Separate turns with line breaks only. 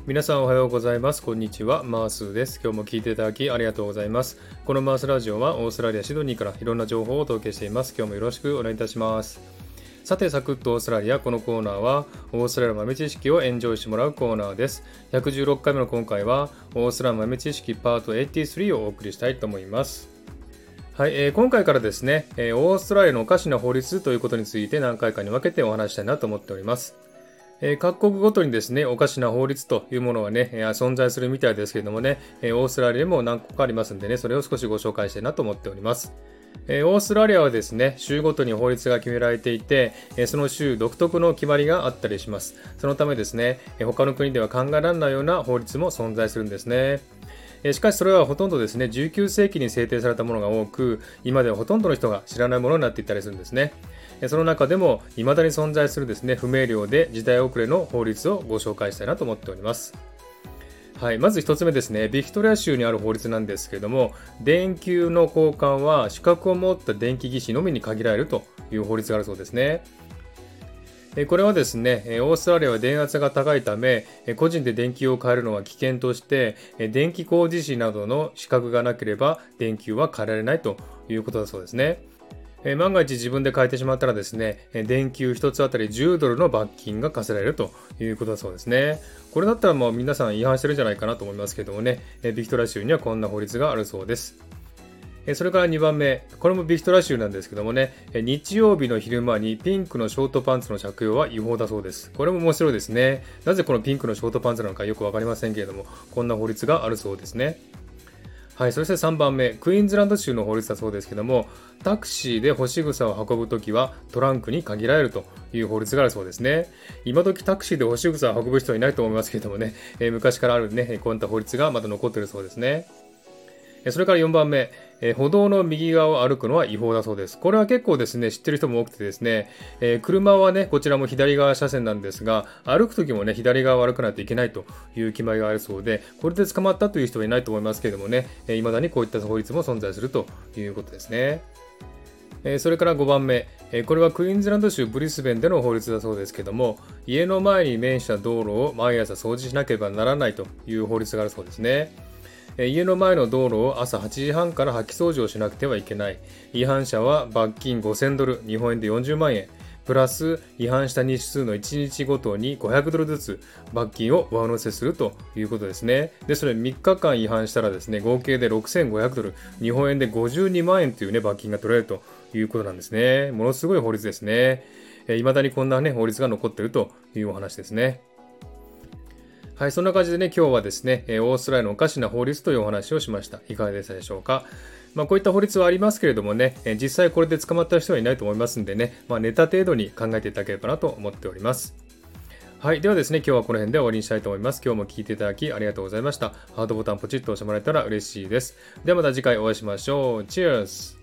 皆さんおはようございます。こんにちは。マースです。今日も聞いていただきありがとうございます。このマースラジオはオーストラリア・シドニーからいろんな情報をお届けしています。今日もよろしくお願いいたします。さて、サクッとオーストラリア。このコーナーはオーストラリア豆知識をエンジョイしてもらうコーナーです。116回目の今回はオーストラリア豆知識パート83をお送りしたいと思います。はい、今回からですね、オーストラリアのおかしな法律ということについて何回かに分けてお話したいなと思っております。各国ごとにですね、おかしな法律というものはね、存在するみたいですけれどもね、オーストラリアにも何個かありますんでね、それを少しご紹介したいなと思っております。オーストラリアはですね、州ごとに法律が決められていて、その州独特の決まりがあったりします。そのためですね、他の国では考えられないような法律も存在するんですね。しかしそれはほとんどですね、19世紀に制定されたものが多く、今ではほとんどの人が知らないものになっていったりするんですね。その中でも未だに存在するですね、不明瞭で時代遅れの法律をご紹介したいなと思っております。はい、まず一つ目ですね、ビクトリア州にある法律なんですけれども、電球の交換は資格を持った電気技師のみに限られるという法律があるそうですね。これはですね、オーストラリアは電圧が高いため、個人で電球を変えるのは危険として、電気工事士などの資格がなければ電球は変えられないということだそうですね。万が一自分で変えてしまったらですね、電球1つあたり10ドルの罰金が課せられるということだそうですね。これだったらもう皆さん違反してるんじゃないかなと思いますけどもね、ビクトリア州にはこんな法律があるそうです。それから2番目、これもビクトリア州なんですけどもね、日曜日の昼間にピンクのショートパンツの着用は違法だそうです。これも面白いですね。なぜこのピンクのショートパンツなのかよくわかりませんけれども、こんな法律があるそうですね。はい、そして3番目、クイーンズランド州の法律だそうですけども、タクシーで干し草を運ぶときはトランクに限られるという法律があるそうですね。今時タクシーで干し草を運ぶ人はいないと思いますけれどもね、昔からあるね、こういった法律がまだ残っているそうですね。それから4番目、歩道の右側を歩くのは違法だそうです。これは結構ですね、知ってる人も多くてですね、車はね、こちらも左側車線なんですが、歩くときもね、左側を歩かないといけないという決まりがあるそうで、これで捕まったという人はいないと思いますけれどもね、未だにこういった法律も存在するということですね。それから5番目、これはクイーンズランド州ブリスベンでの法律だそうですけども、家の前に面した道路を毎朝掃除しなければならないという法律があるそうですね。家の前の道路を朝8時半から掃き掃除をしなくてはいけない。違反者は罰金5000ドル、日本円で40万円。プラス違反した日数の1日ごとに500ドルずつ罰金を上乗せするということですね。で、それ3日間違反したらですね、合計で6500ドル、日本円で52万円というね、罰金が取られるということなんですね。ものすごい法律ですね。未だにこんなね、法律が残っているというお話ですね。はい、そんな感じでね、今日はですね、オーストラリアのおかしな法律というお話をしました。いかがでしたでしょうか。こういった法律はありますけれどもね、実際これで捕まった人はいないと思いますんでね、ネタ程度に考えていただければなと思っております。はい、ではですね、今日はこの辺で終わりにしたいと思います。今日も聞いていただきありがとうございました。ハートボタンポチッと押してもらえたら嬉しいです。ではまた次回お会いしましょう。チェアス